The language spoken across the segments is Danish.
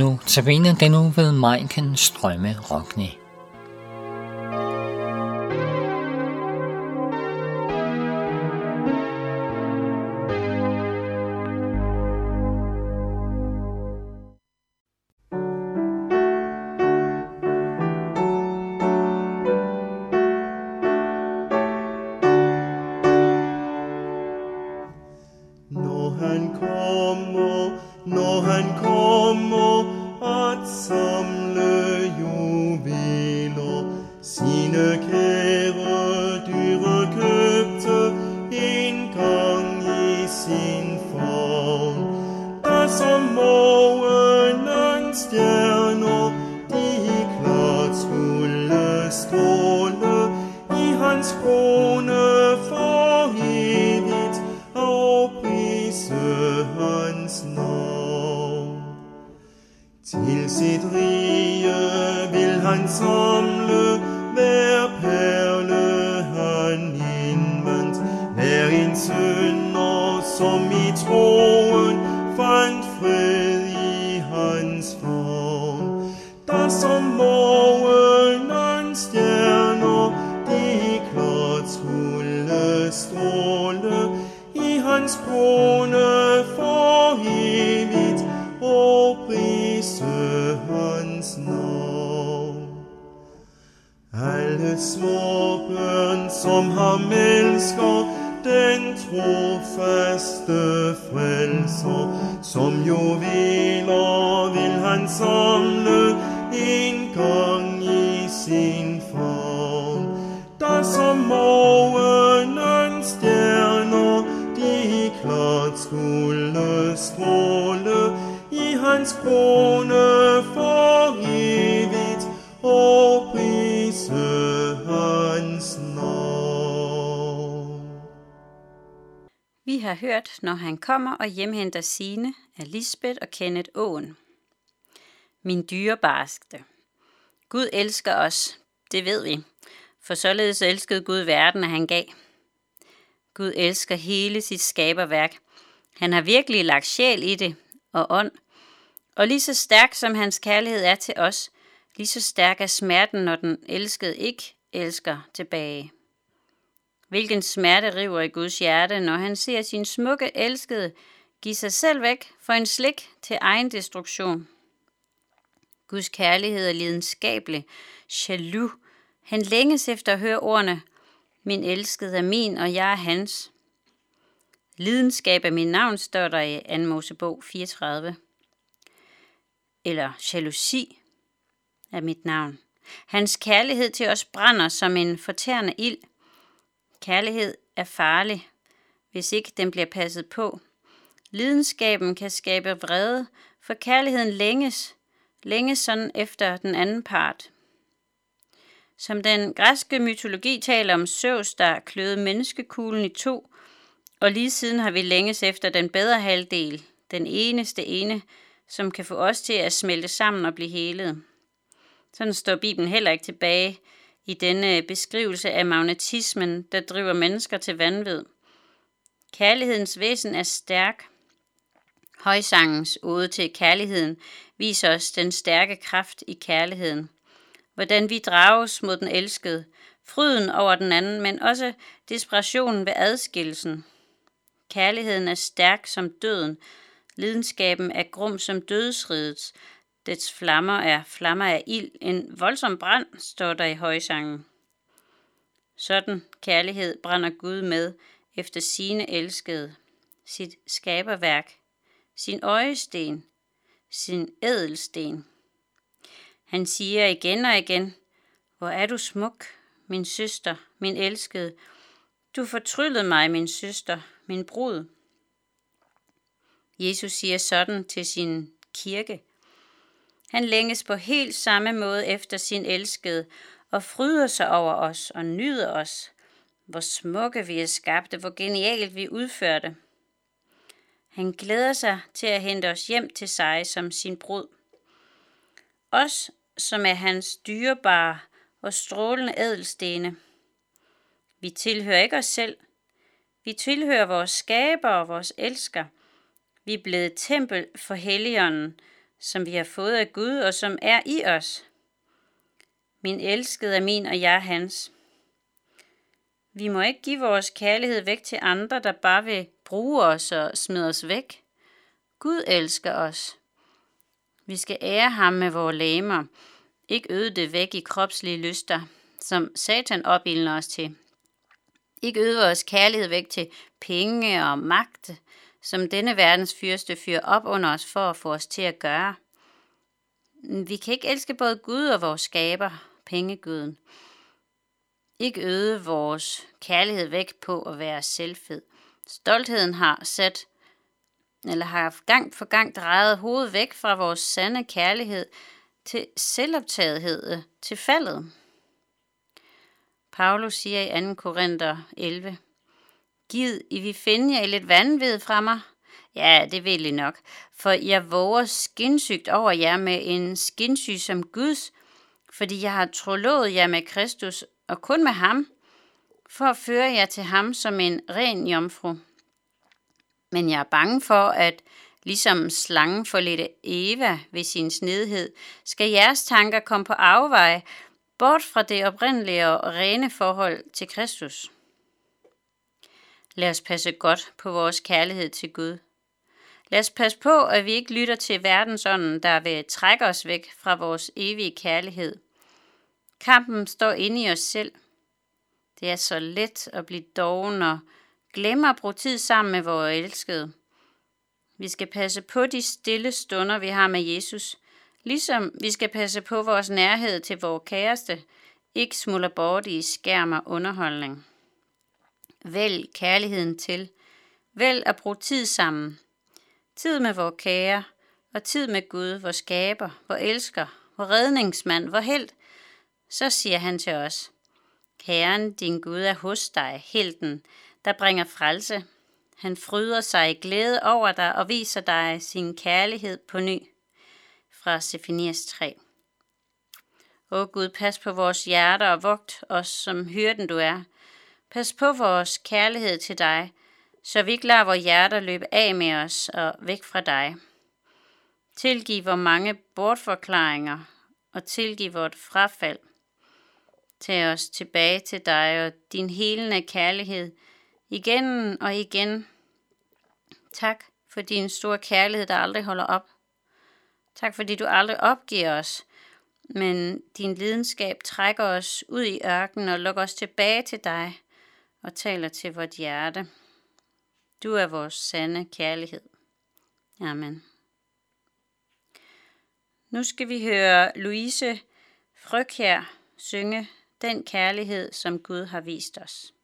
Nu tabiner den nu ved Majken Strømme Rockne. Når han kommer at samle juveler, sine kære dyrekøbte engang i sin favn. Da som morgenens stjerner, de klart skulle stråle i hans krone for evigt, og prise hans navn. Til sit rige vil han samle hver perle han indvandt, hver en synder, som i troen fandt fred i hans favn. Da som morgenens stjerner, de klart skulle stråle i hans krone for evigt, og prise hans navn. Alle små børn, som ham elsker, den trofaste frelser, som juveler vil han samle en gang i sin favn. Da som morgenens stjerner, de klart skulle stråle i hans krone for evigt, og prise hans navn. Vi har hørt, når han kommer og hjemhenter Signe af Lisbeth og Kenneth Aaen. Min dyrebareste. Gud elsker os, det ved vi, for således elskede Gud verden, at han gav. Gud elsker hele sit skaberværk. Han har virkelig lagt sjæl i det og ånd. Og lige så stærk som hans kærlighed er til os, lige så stærk er smerten, når den elskede ikke elsker tilbage. Hvilken smerte river i Guds hjerte, når han ser sin smukke elskede give sig selv væk for en slik til egen destruktion. Guds kærlighed er lidenskabelig, jaloux. Han længes efter at høre ordene, min elskede er min, og jeg er hans. Lidenskab er min navn, står der i 2. Mosebog 34. Eller jalousi er mit navn. Hans kærlighed til os brænder som en fortærende ild. Kærlighed er farlig, hvis ikke den bliver passet på. Lidenskaben kan skabe vrede, for kærligheden længes sådan efter den anden part. Som den græske mytologi taler om Zeus, der kløede menneskekuglen i to, og lige siden har vi længes efter den bedre halvdel, den eneste ene, som kan få os til at smelte sammen og blive helet. Sådan står Bibelen heller ikke tilbage i denne beskrivelse af magnetismen, der driver mennesker til vanvid. Kærlighedens væsen er stærk. Højsangens ode til kærligheden viser os den stærke kraft i kærligheden. Hvordan vi drages mod den elskede, fryden over den anden, men også desperationen ved adskillelsen. Kærligheden er stærk som døden. Lidenskaben er grum som dødsriget. Dets flammer af ild. En voldsom brand, står der i højsangen. Sådan kærlighed brænder Gud med efter sine elskede, sit skaberværk, sin øjesten, sin ædelsten. Han siger igen og igen, hvor er du smuk, min søster, min elskede. Du fortryllede mig, min søster, min brud. Jesus siger sådan til sin kirke. Han længes på helt samme måde efter sin elskede og fryder sig over os og nyder os. Hvor smukke vi er skabte, hvor genialt vi udførte. Han glæder sig til at hente os hjem til sig som sin brud. Os, som er hans dyrebare og strålende ædelstene. Vi tilhører ikke os selv. Vi tilhører vores skaber og vores elsker. Vi er blevet et tempel for Helligånden, som vi har fået af Gud og som er i os. Min elskede er min, og jeg er hans. Vi må ikke give vores kærlighed væk til andre, der bare vil bruge os og smide os væk. Gud elsker os. Vi skal ære ham med vores legemer, ikke øde det væk i kropslige lyster, som Satan opildner os til. Ikke øde vores kærlighed væk til penge og magt, som denne verdens fyrste fyrer op under os for at få os til at gøre. Vi kan ikke elske både Gud og vores skaber, pengeguden. Ikke øde vores kærlighed væk på at være selvfed. Stoltheden har gang for gang drejet hovedet væk fra vores sande kærlighed til selvoptagethed, til faldet. Paulus siger i 2. Korinther 11, Gid, I vil finde jer lidt vanvid fra mig? Ja, det vil I nok, for jeg våger skinsygt over jer med en skinsy som Guds, fordi jeg har trolovet jer med Kristus, og kun med ham, for at føre jer til ham som en ren jomfru. Men jeg er bange for, at ligesom slangen forledte Eva ved sin snedighed, skal jeres tanker komme på afveje, bort fra det oprindelige og rene forhold til Kristus. Lad os passe godt på vores kærlighed til Gud. Lad os passe på, at vi ikke lytter til verdensånden, der vil trække os væk fra vores evige kærlighed. Kampen står inde i os selv. Det er så let at blive doven og glemme at bruge tid sammen med vores elskede. Vi skal passe på de stille stunder, vi har med Jesus, ligesom vi skal passe på vores nærhed til vores kæreste, ikke smuldrer bort i skærm og underholdning. Vælg kærligheden til. Vælg at bruge tid sammen. Tid med vores kære, og tid med Gud, vor skaber, vor elsker, vor redningsmand, vor helt. Så siger han til os, Herren, din Gud er hos dig, helten, der bringer frelse. Han fryder sig i glæde over dig og viser dig sin kærlighed på ny. Fra Sefanias 3. Åh Gud, pas på vores hjerter og vogt os, som hyrden du er. Pas på vores kærlighed til dig, så vi ikke lader vores hjerter løbe af med os og væk fra dig. Tilgiv vores mange bortforklaringer og tilgiv vort frafald. Tag os tilbage til dig og din helende kærlighed igen og igen. Tak for din store kærlighed, der aldrig holder op. Tak fordi du aldrig opgiver os, men din lidenskab trækker os ud i ørkenen og lukker os tilbage til dig og taler til vort hjerte. Du er vores sande kærlighed. Amen. Nu skal vi høre Louise Frøkjær synge Den kærlighed, som Gud har vist os.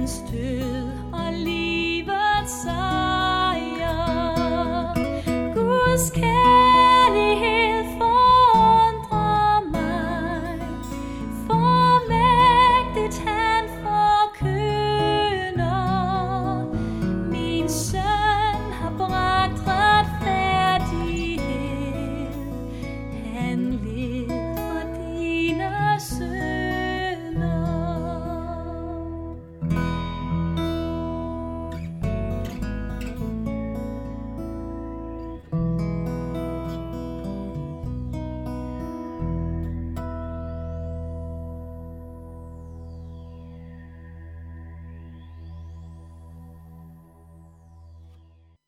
dødens død og livets sejr. Guds